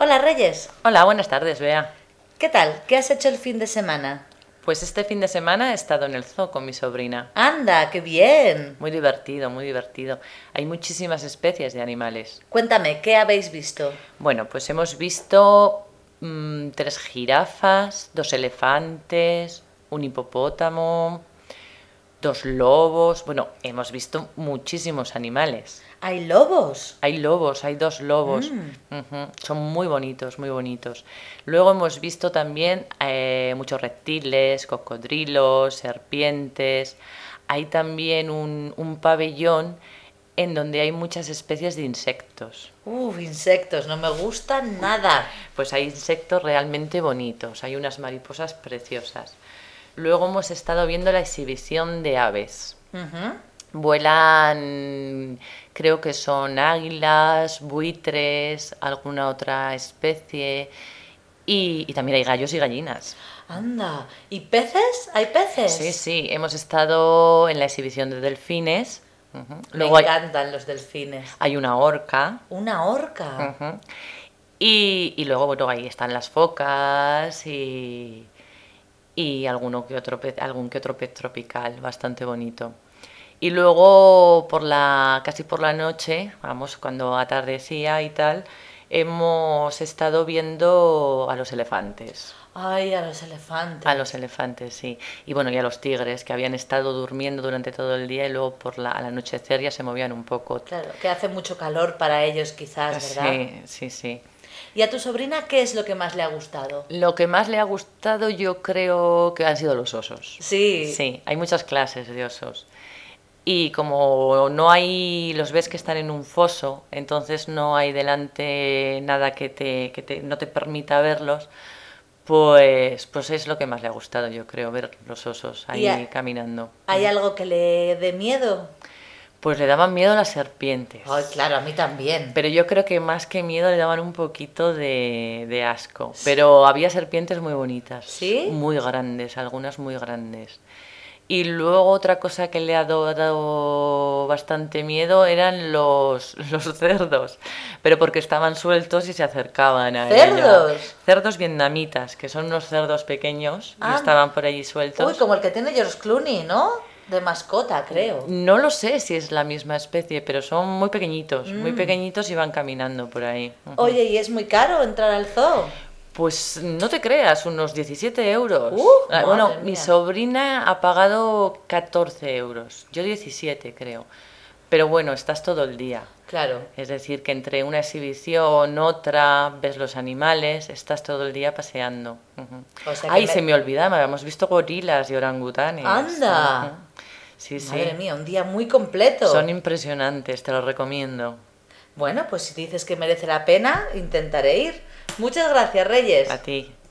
Hola Reyes, Hola, buenas tardes, Bea. ¿qué tal? ¿Qué has hecho el fin de semana? Pues este fin de semana he estado en el zoo con mi sobrina. Anda, qué bien. Muy divertido, muy divertido. Hay muchísimas especies de animales. Cuéntame, ¿qué habéis visto? Bueno, pues hemos visto 3 jirafas, 2 elefantes, un hipopótamo, 2 lobos. Bueno, hemos visto muchísimos animales. ¿Hay lobos? Hay lobos, hay 2 lobos. Ujú. Son muy bonitos, muy bonitos. Luego hemos visto también muchos reptiles, cocodrilos, serpientes. Hay también un pabellón en donde hay muchas especies de insectos. Insectos, no me gustan nada. Pues hay insectos realmente bonitos, hay unas mariposas preciosas. Luego hemos estado viendo la exhibición de aves. Ujú. Vuelan, creo que son águilas, buitres, alguna otra especie. Y también hay gallos y gallinas. Anda, ¿y peces? ¿Hay peces? Sí, sí, hemos estado en la exhibición de delfines. Ujú. Me Luego encantan los delfines. hay una orca. ¿Una orca? Ujú. Y luego, bueno, ahí están las focas y algún que otro pez tropical, bastante bonito. Y luego casi por la noche, vamos, cuando atardecía y tal, hemos estado viendo a los elefantes. Ay, a los elefantes. A los elefantes, sí. Y bueno, y a los tigres, que habían estado durmiendo durante todo el día y luego al anochecer ya se movían un poco. Claro, que hace mucho calor para ellos quizás, ¿verdad? Sí, sí, sí. ¿Y a tu sobrina qué es lo que más le ha gustado? Lo que más le ha gustado yo creo que han sido los osos. Sí. Sí, hay muchas clases de osos. Y como no hay, los ves que están en un foso, entonces no hay delante nada que no te permita verlos, pues es lo que más le ha gustado, yo creo, ver los osos ahí caminando. ¿Hay algo que le dé miedo? Pues le daban miedo a las serpientes. Ay, claro, a mí también. Pero yo creo que más que miedo le daban un poquito de asco. Pero había serpientes muy bonitas. ¿Sí? Muy grandes, algunas muy grandes. Y luego otra cosa que le ha dado bastante miedo eran los cerdos, pero porque estaban sueltos y se acercaban a ella. ¿Cerdos? Cerdos vietnamitas, que son unos cerdos pequeños y estaban por allí sueltos. Uy, como el que tiene George Clooney, ¿no? De mascota, creo. No lo sé si es la misma especie, pero son muy pequeñitos y van caminando por ahí. Oye, ¿y es muy caro entrar al zoo? Pues no te creas, unos 17 euros. Bueno, Madre mi mía. sobrina ha pagado 14 euros, yo 17 creo. Pero bueno, estás todo el día. Claro. Es decir, que entre una exhibición, otra, ves los animales, estás todo el día paseando. O sea que Ay, se me olvidaba, habíamos visto gorilas y orangutanes. ¡Anda! Ujú. Sí, sí. Madre mía, un día muy completo. Son impresionantes, te los recomiendo. Bueno, pues si dices que merece la pena, intentaré ir. Muchas gracias, Reyes. A ti.